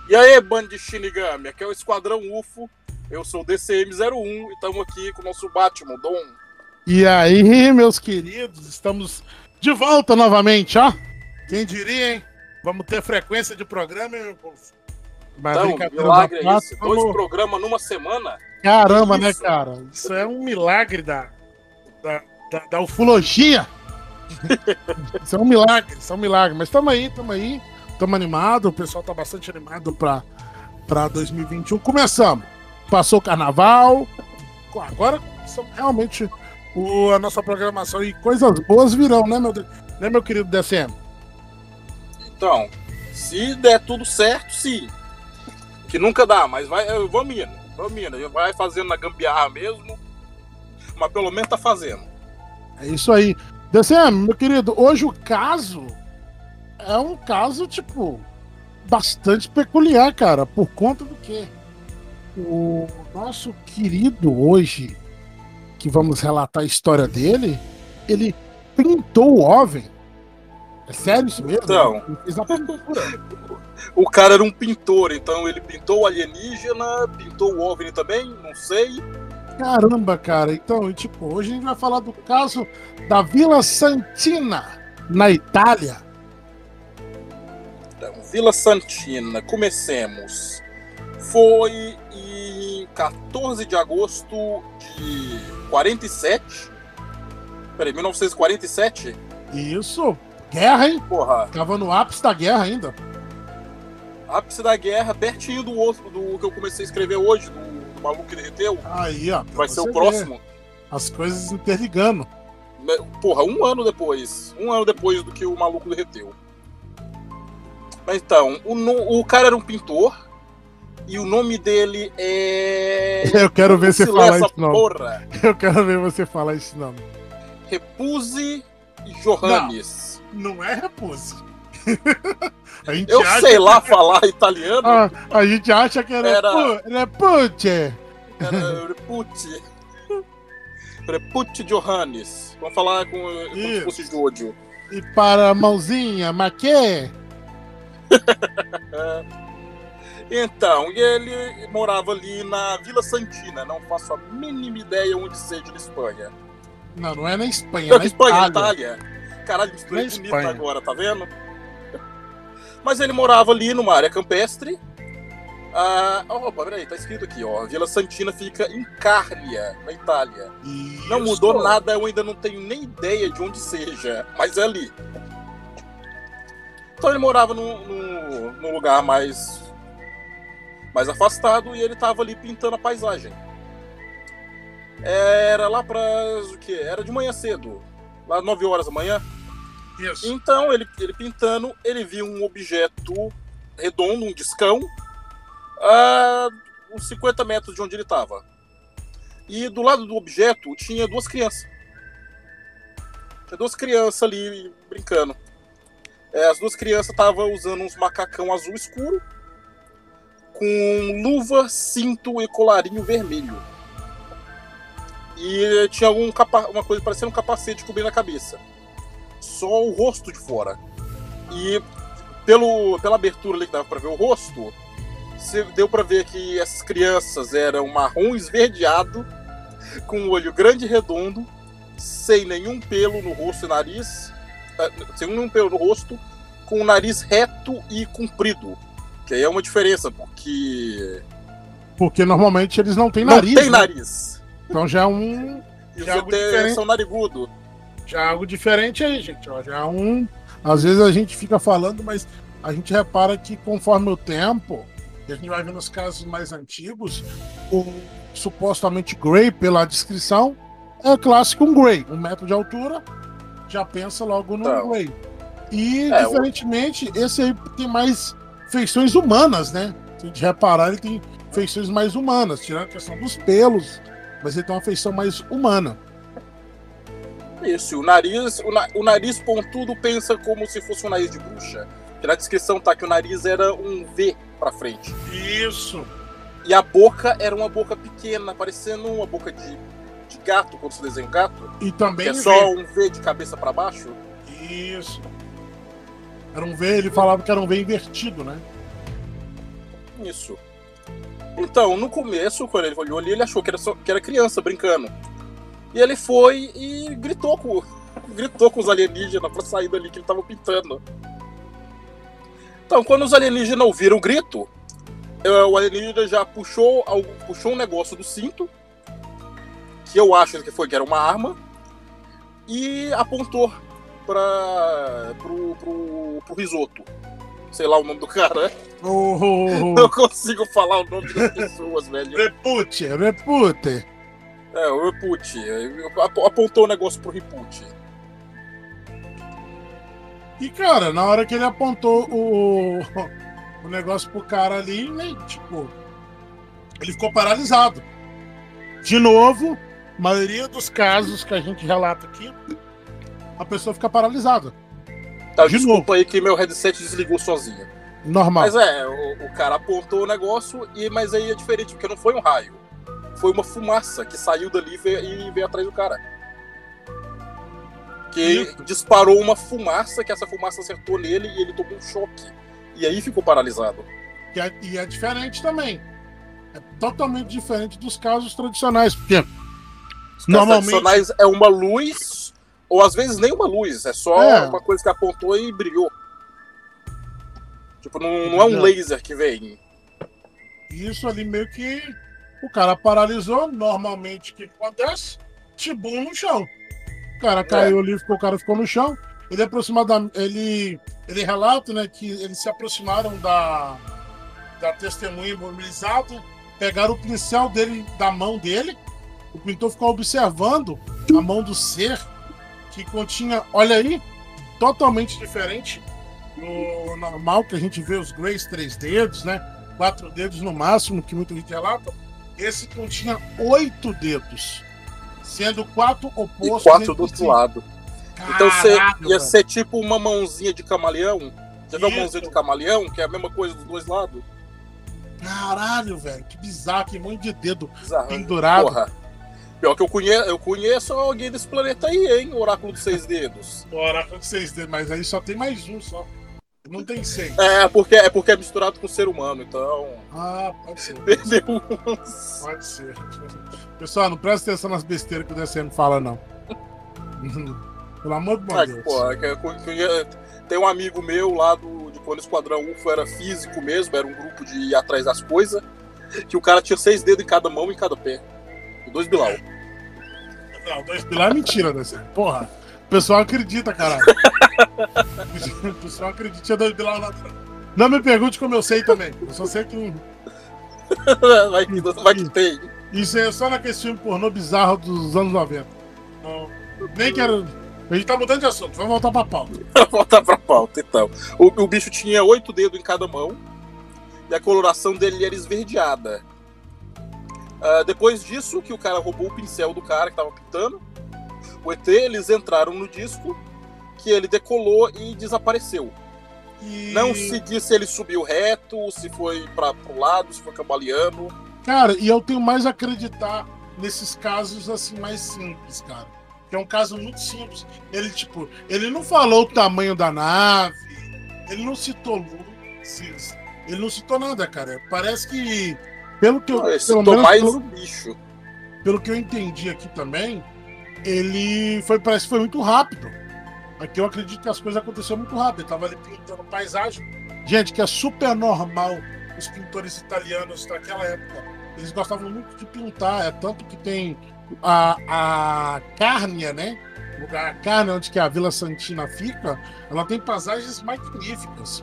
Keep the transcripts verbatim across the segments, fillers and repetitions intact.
E aí, bando de Shinigami, aqui é o Esquadrão U F O, eu sou o D C M zero um e estamos aqui com o nosso Batman, Dom. E aí, meus queridos, estamos de volta novamente, ó. Quem diria, hein? Vamos ter frequência de programa, hein, meu povo? Mas então, milagre é esse, dois vamos... programas numa semana? Caramba, né, cara? Isso é um milagre da, da, da, da ufologia. Isso é um milagre, isso é um milagre. Mas estamos aí, estamos aí. Estamos animados, o pessoal está bastante animado para dois mil e vinte e um. Começamos. Passou o carnaval. Agora começamos realmente o, a nossa programação. E coisas boas virão, né, meu, né, meu querido D C M? Então, se der tudo certo, sim. Que nunca dá, mas vai, vamos indo. Vamos indo. Vai fazendo na gambiarra mesmo. Mas pelo menos tá fazendo. É isso aí. D C M, meu querido, hoje o caso... é um caso, tipo, bastante peculiar, cara. Por conta do quê? O nosso querido hoje, que vamos relatar a história dele, ele pintou o OVNI. É sério isso mesmo? Então, ele fez a pintura. O cara era um pintor, então ele pintou o alienígena, pintou o OVNI também, não sei. Caramba, cara. Então, tipo, hoje a gente vai falar do caso da Villa Santina, na Itália. Então, Villa Santina, comecemos. Foi em quatorze de agosto de quarenta e sete. Peraí, mil novecentos e quarenta e sete? Isso. Guerra, hein? Porra. Tava no ápice da guerra ainda. Ápice da guerra, pertinho do outro, do que eu comecei a escrever hoje, do, do Maluco que Derreteu. Aí, ó. Vai ser o próximo. As coisas interligando. Porra, um ano depois. Um ano depois do que o Maluco Derreteu. Então, o, o cara era um pintor e o nome dele é... Eu quero ver você falar esse nome. Porra? Eu quero ver você falar esse nome. Repuzzi Johannes. Não, não é Repuzzi. Eu sei lá que... falar italiano. Ah, a gente acha que era... era... Repuzzi. Era Repuzzi. Repuzzi Johannes. Vamos falar com, como se fosse Jojo. E para a mãozinha, maquê? Então, e ele morava ali na Vila Santina. Não faço a mínima ideia onde seja na Espanha. Não, não é na Espanha, não, é na Espanha, Itália. Itália. Caralho, misturei bonito agora, tá vendo? Mas ele morava ali numa área campestre. Ah, opa, peraí, tá escrito aqui, ó. A Vila Santina fica em Carnia, na Itália. Isso. Não mudou nada, eu ainda não tenho nem ideia de onde seja, mas é ali. Então ele morava num, num, num lugar mais, mais afastado e ele tava ali pintando a paisagem. Era lá pra... o quê? Era de manhã cedo, lá nove horas da manhã. Isso. Então ele, ele pintando, ele viu um objeto redondo, um discão, a uns cinquenta metros de onde ele estava. E do lado do objeto tinha duas crianças. Tinha duas crianças ali brincando. É, as duas crianças estavam usando uns macacão azul escuro, com luva, cinto e colarinho vermelho. E tinha algum capa- uma coisa parecendo um capacete cobrindo a cabeça. Só o rosto de fora. E pelo, pela abertura ali que dava pra ver o rosto, deu pra ver que essas crianças eram marrom esverdeado, com um olho grande e redondo, sem nenhum pelo no rosto e nariz, sem nenhum pelo no rosto, com o nariz reto e comprido. Que aí é uma diferença, porque... Porque normalmente eles não têm nariz. Não tem né? nariz. Então já é um... E já você tem são narigudo. Já é algo diferente aí, gente. Ó, já é um... Às vezes a gente fica falando, mas a gente repara que conforme o tempo, e a gente vai vendo os casos mais antigos, o supostamente Grey, pela descrição, é clássico um Grey. Um metro de altura, já pensa logo no então, Grey. E, é, diferentemente, o... esse aí tem mais feições humanas, né? Se a gente reparar, ele tem feições mais humanas, tirando a questão dos pelos, mas ele tem uma feição mais humana. Isso, o nariz, o, na, o nariz pontudo pensa como se fosse um nariz de bruxa. Que na descrição tá que o nariz era um V pra frente. Isso. E a boca era uma boca pequena, parecendo uma boca de, de gato, quando você desenha um gato. E também que é só um V de cabeça pra baixo. Isso. Era um V, ele falava que era um V invertido, né? Isso. Então, no começo, quando ele olhou ali, ele achou que era, só, que era criança brincando. E ele foi e gritou com, gritou com os alienígenas pra sair dali que ele tava pintando. Então, quando os alienígenas ouviram o grito, o alienígena já puxou, puxou um negócio do cinto, que eu acho que foi que era uma arma, e apontou para pro, pro, pro risoto. Sei lá o nome do cara. Oh, oh, oh. Não consigo falar o nome das pessoas, velho. Repute, repute. É, o Repute. Apontou o negócio pro Repute. E, cara, na hora que ele apontou o, o negócio pro cara ali, né, tipo, ele ficou paralisado. De novo, a maioria dos casos que a gente relata aqui, a pessoa fica paralisada. Tá, De desculpa novo. aí que meu headset desligou sozinho. Normal. Mas é, o, o cara apontou o negócio, e, mas aí é diferente, porque não foi um raio. Foi uma fumaça que saiu dali e veio, e veio atrás do cara. Que Isso. disparou uma fumaça, que essa fumaça acertou nele e ele tomou um choque. E aí ficou paralisado. E é, e é diferente também. É totalmente diferente dos casos tradicionais. Porque Os normalmente tradicionais é uma luz, ou às vezes nem uma luz, é só É. uma coisa que apontou e brilhou. Tipo, não, não é um laser que vem. isso ali meio que o cara paralisou. Normalmente o que acontece? Tibum no chão. O cara caiu ali, ficou, o cara ficou no chão. Ele aproximadamente. Ele, ele relata, né, que eles se aproximaram da, da testemunha imobilizada, pegaram o pincel dele da mão dele. O pintor ficou observando a mão do ser que continha, olha aí, totalmente diferente do normal que a gente vê os Greys três dedos, né? Quatro dedos no máximo, que muita gente relata. Esse continha oito dedos, sendo quatro E opostos. quatro entre do outro si. lado. Então você Caraca, ia velho. ser tipo uma mãozinha de camaleão. Já viu a Isso. mãozinha de camaleão, que é a mesma coisa dos dois lados? Caralho, velho, que bizarro, que monte de dedo Bizarro. pendurado. Porra. Pior que eu conheço, eu conheço alguém desse planeta aí, hein? O Oráculo dos Seis Dedos. Oráculo de seis dedos, mas aí só tem mais um só. Não tem seis. É, porque é, porque é misturado com o ser humano, então. Ah, pode ser. Perdeu uns. Pode ser. Pessoal, não presta atenção nas besteiras que o D C M fala, não. Pelo amor de bom Ah, Deus. porra, que eu conhe- tem um amigo meu lá do, de quando o Esquadrão U F O era físico mesmo, era um grupo de ir atrás das coisas, que o cara tinha seis dedos em cada mão e em cada pé. E dois bilau. Não, dois pilar é mentira, D C M. Porra. O pessoal acredita, caralho. O pessoal acredita que é dois pilar lá atrás. Não me pergunte como eu sei também. Eu só sei que vai, que, vai que tem. isso é só naquele filme pornô bizarro dos anos noventa. Não, nem quero. A gente tá mudando de assunto, vamos voltar pra pauta. Voltar pra pauta, então. O, o bicho tinha oito dedos em cada mão e a coloração dele era esverdeada. Uh, depois disso, que o cara roubou o pincel do cara que tava pintando, o E T, eles entraram no disco, que ele decolou e desapareceu. E... Não se diz se ele subiu reto, se foi para pro lado, se foi cambaleando. Cara, e eu tenho mais a acreditar nesses casos assim mais simples, cara. Que é um caso muito simples. Ele, tipo, ele não falou o tamanho da nave, ele não citou luzes, ele não citou nada, cara. Parece que, pelo que eu, Ele pelo citou menos mais pelo, o bicho. pelo que eu entendi aqui também, ele foi, parece que foi muito rápido. Aqui eu acredito que as coisas aconteceram muito rápido. Ele tava ali pintando paisagem. Gente, que é super normal os pintores italianos daquela época. Eles gostavam muito de pintar. É tanto que tem a, a Cárnia, né? O lugar, a Cárnia, onde que a Vila Santina fica, ela tem paisagens magníficas.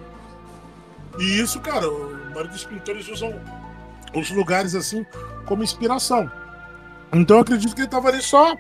E isso, cara, o maioria dos pintores usam os lugares assim como inspiração. Então eu acredito que ele tava ali só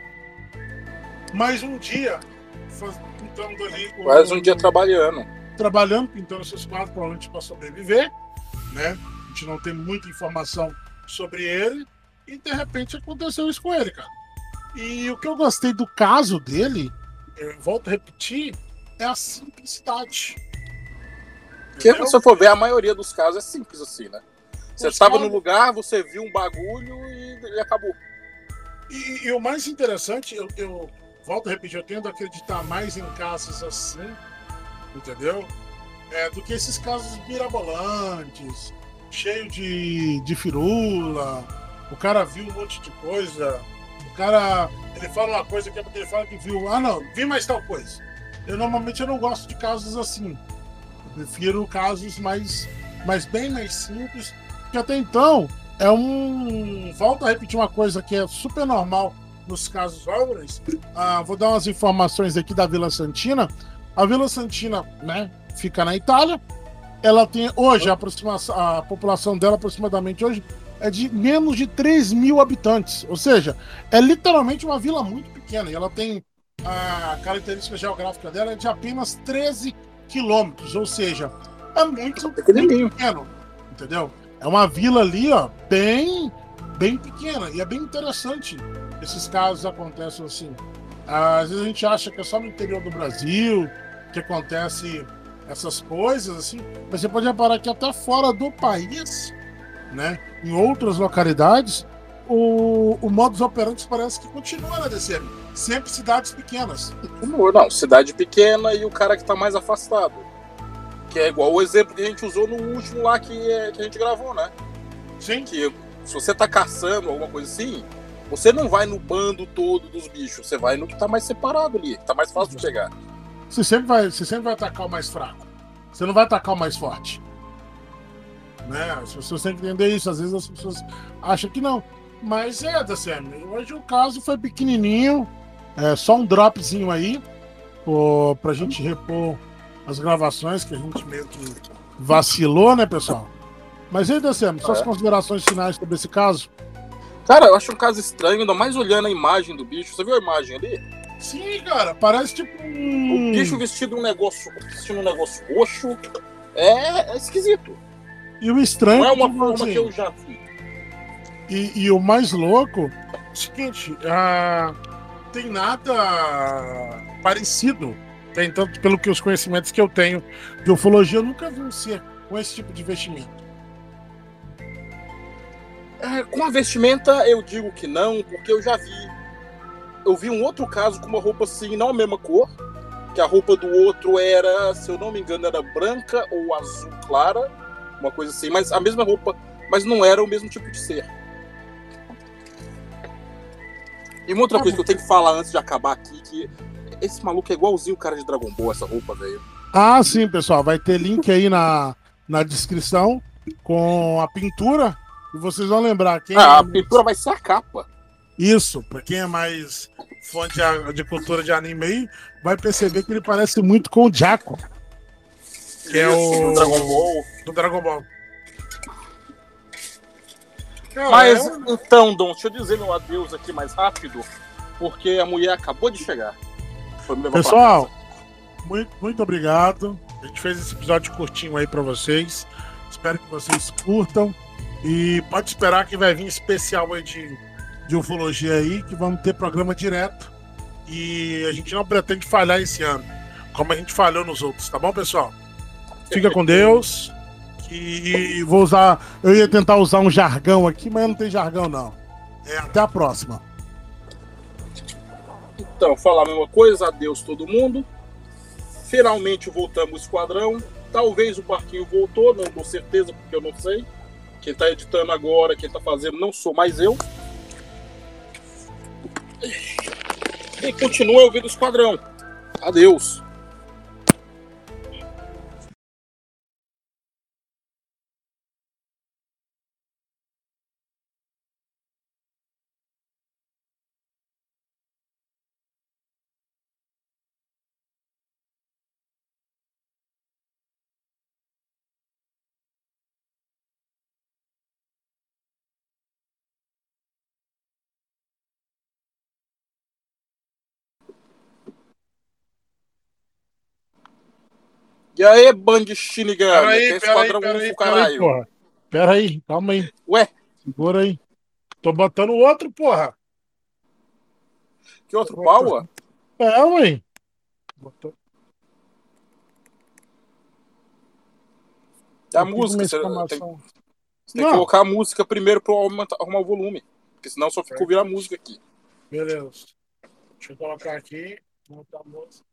mais um dia faz, pintando ali. O, Mais um dia trabalhando. Trabalhando, pintando seus quadros, provavelmente para sobreviver, né? A gente não tem muita informação sobre ele e de repente aconteceu isso com ele, cara. E o que eu gostei do caso dele, eu volto a repetir, é a simplicidade. Porque se Entendeu? você for ver, a maioria dos casos é simples assim, né? Você Os estava caras- no lugar, você viu um bagulho e, e acabou. E, e o mais interessante, eu, eu volto a repetir, eu tendo a acreditar mais em casos assim, entendeu? É, do que esses casos mirabolantes, cheio de, de firula, o cara viu um monte de coisa, o cara, ele fala uma coisa que é porque ele fala que viu, ah não, vi mais tal coisa. Eu normalmente eu não gosto de casos assim, eu prefiro casos mais, mais bem mais simples, que até então é um, volto a repetir uma coisa que é super normal nos casos áureos. Ah, vou dar umas informações aqui da Vila Santina. A Vila Santina, né, fica na Itália. Ela tem hoje, a, aproximação, a população dela aproximadamente hoje é de menos de três mil habitantes. Ou seja, é literalmente uma vila muito pequena. E ela tem a característica geográfica dela é de apenas treze quilômetros. Ou seja, é muito, muito pequeno. Entendeu? É uma vila ali, ó, bem, bem pequena. E é bem interessante esses casos acontecem assim. Às vezes a gente acha que é só no interior do Brasil que acontece essas coisas, assim, mas você pode reparar que até fora do país, né, em outras localidades, o, o modus operandi parece que continua na D C M. Sempre cidades pequenas. Não, cidade pequena e o cara que tá mais afastado. Que é igual o exemplo que a gente usou no último lá que, que a gente gravou, né? Sim. Que se você tá caçando alguma coisa assim, você não vai no bando todo dos bichos, você vai no que tá mais separado ali, que tá mais fácil de chegar. Você sempre vai, você sempre vai atacar o mais fraco. Você não vai atacar o mais forte. Né? As pessoas têm que entender isso. Às vezes as pessoas acham que não. Mas é, D C M. Hoje o caso foi pequenininho. É só um dropzinho aí. Pô, pra gente repor as gravações, que a gente meio que vacilou, né, pessoal? Mas aí, D C M, suas é. considerações finais sobre esse caso? Cara, eu acho um caso estranho, ainda mais olhando a imagem do bicho. Você viu a imagem ali? Sim, cara, parece tipo um... O bicho vestido um negócio, vestindo um negócio roxo. É, é esquisito. E o estranho... Não é uma tipo, forma assim, que eu já vi. E, e o mais louco é o seguinte, ah, tem nada parecido. Tem tanto pelo que os conhecimentos que eu tenho de ufologia, eu nunca vi um ser com esse tipo de vestimento. É, com a vestimenta eu digo que não, porque eu já vi. Eu vi um outro caso com uma roupa assim, não a mesma cor, que a roupa do outro era, se eu não me engano, era branca ou azul clara, uma coisa assim, mas a mesma roupa, mas não era o mesmo tipo de ser. E uma outra ah, coisa que eu tenho que falar antes de acabar aqui, que esse maluco é igualzinho o cara de Dragon Ball, essa roupa, velho. Ah, sim, pessoal, vai ter link aí na, na descrição com a pintura, e vocês vão lembrar quem... Ah, a pintura vai ser a capa. Isso, pra quem é mais fã de, de cultura de anime aí, vai perceber que ele parece muito com o Jaco. Que é o... do Dragon Ball. Do Dragon Ball. Não, Mas, é... então, Dom, deixa eu dizer meu adeus aqui mais rápido, porque a mulher acabou de chegar. Foi me levar Pessoal, muito, muito obrigado. A gente fez esse episódio curtinho aí pra vocês. Espero que vocês curtam. E pode esperar que vai vir especial aí de... de ufologia aí, que vamos ter programa direto e a gente não pretende falhar esse ano, como a gente falhou nos outros, tá bom, pessoal? Fica com Deus. E vou usar, eu ia tentar usar um jargão aqui, mas não tem jargão não. É, até a próxima. Então, falar a mesma coisa, adeus todo mundo. Finalmente voltamos ao esquadrão. Talvez o barquinho voltou, não dou certeza porque eu não sei. Quem tá editando agora, quem tá fazendo, não sou mais eu. E continua ouvindo o esquadrão. Adeus. E aí, Band Shinigami? Peraí, Que é peraí, esquadrão peraí, UFO, peraí, caralho. porra. Pera aí, calma aí. Ué? Segura aí. Tô botando o outro, porra. Que outro Power? É, ué. Botou. É a música, você tem, você tem que colocar a música primeiro pra aumentar, arrumar o volume. Porque senão só fica ouvindo a música aqui. Beleza. Deixa eu colocar aqui. Montar a música.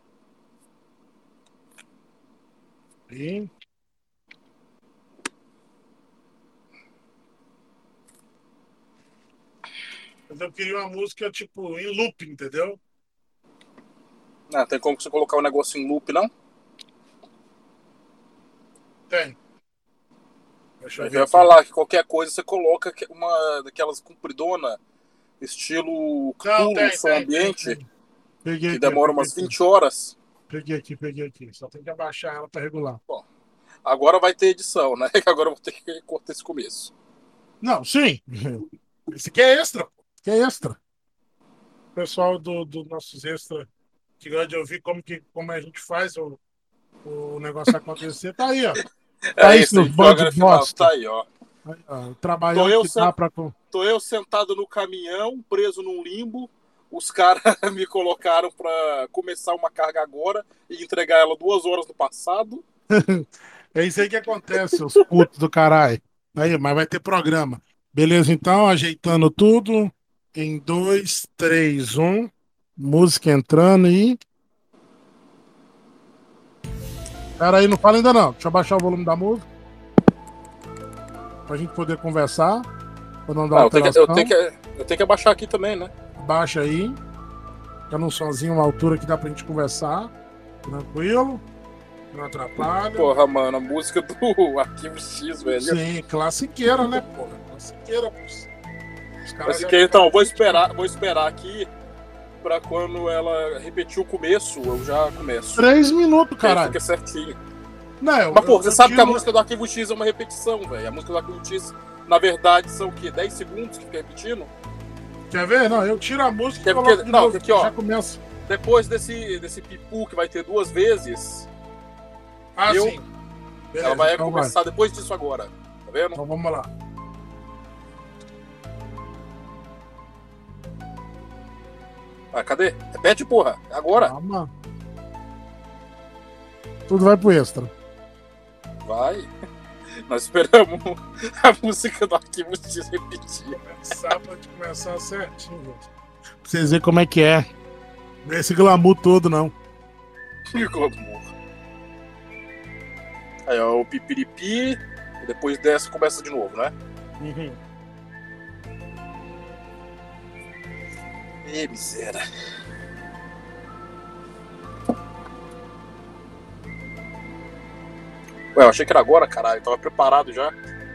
E... eu queria uma música, tipo, em loop, entendeu? Ah, tem como você colocar o negócio em loop, não? Tem. Deixa Eu eu já ver ia aqui. falar que qualquer coisa você coloca que- uma daquelas compridona, estilo Não, Cthulhu, tem, som tem, tem, ambiente, tem. Peguei que aqui, ó, demora peguei umas aqui. vinte horas. Peguei aqui, peguei aqui. Só tem que abaixar ela pra regular. Bom, agora vai ter edição, né? Que agora eu vou ter que cortar esse começo. Não, sim. Esse aqui é extra, pô. Esse aqui é extra. O pessoal do, do nossos extra que gosta de ouvir como, que, como a gente faz o, o negócio acontecer, tá aí, ó. Tá É aí, isso, a seus gente bando joga de no final. bosta. Tá aí, ó. Aí, ó, o Tô trabalhão eu, que sen- dá pra. Tô eu sentado no caminhão, preso num limbo. Os caras me colocaram pra começar uma carga agora e entregar ela duas horas no passado. É isso aí que acontece, seus putos do caralho. Aí, mas vai ter programa. Beleza, então, ajeitando tudo. Em dois, três, um. Música entrando e. Pera aí, não fala ainda não. Deixa eu baixar o volume da música. Pra gente poder conversar. Pra não dar Ah, eu tenho que, eu tenho alteração. que, eu tenho que abaixar aqui também, né? Baixa aí. Fica num sonzinho, uma altura que dá pra gente conversar. Tranquilo. Não atrapalha. Porra, mano, a música do Arquivo X, velho. Sim, classiqueira, né, porra? Classiqueira, pô. Os caras Mas já que então, ficaram vou muito- esperar, vou esperar aqui pra quando ela repetir o começo, eu já começo. Três minutos, Que aí caralho. fica certinho. Não, eu, Mas, pô, eu, você eu sabe que a tiro- música do Arquivo X é uma repetição, velho. A música do Arquivo X, na verdade, são o quê? dez segundos que fica repetindo? Quer ver? Não, eu tiro a música e Quer- coloco quer- de não, novo. aqui, ó. Já começa. Depois desse, desse pipu que vai ter duas vezes, Ah, Eu- sim. Beleza, ela vai então começar depois disso agora. Tá vendo? Então vamos lá. Ah, cadê? Repete, porra. Agora. Calma. Tudo vai pro extra. Vai. Nós esperamos a música do Arquivo X repetir. Sábado de começar certinho, gente. Pra vocês verem como é que é. Não é esse glamour todo, não. Ficou morro. Aí, ó, o pipiripi. E depois dessa começa de novo, né? Uhum. Ê, miséria. Ué, eu achei que era agora, caralho. Eu tava preparado já.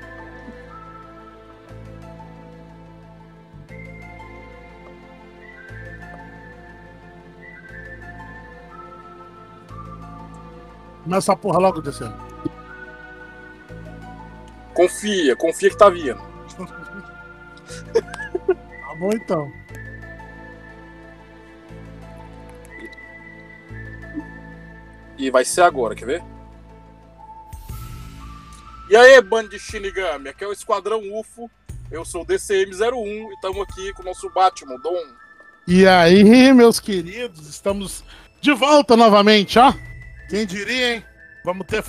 Começa a porra logo descendo. Confia, confia que tá vindo. Tá bom então. E vai ser agora, quer ver? E aí, bando de Shinigami, aqui é o Esquadrão U F O, eu sou o D C M zero um e estamos aqui com o nosso Batman, Dom. E aí, meus queridos, estamos de volta novamente, ó. Quem diria, hein? Vamos ter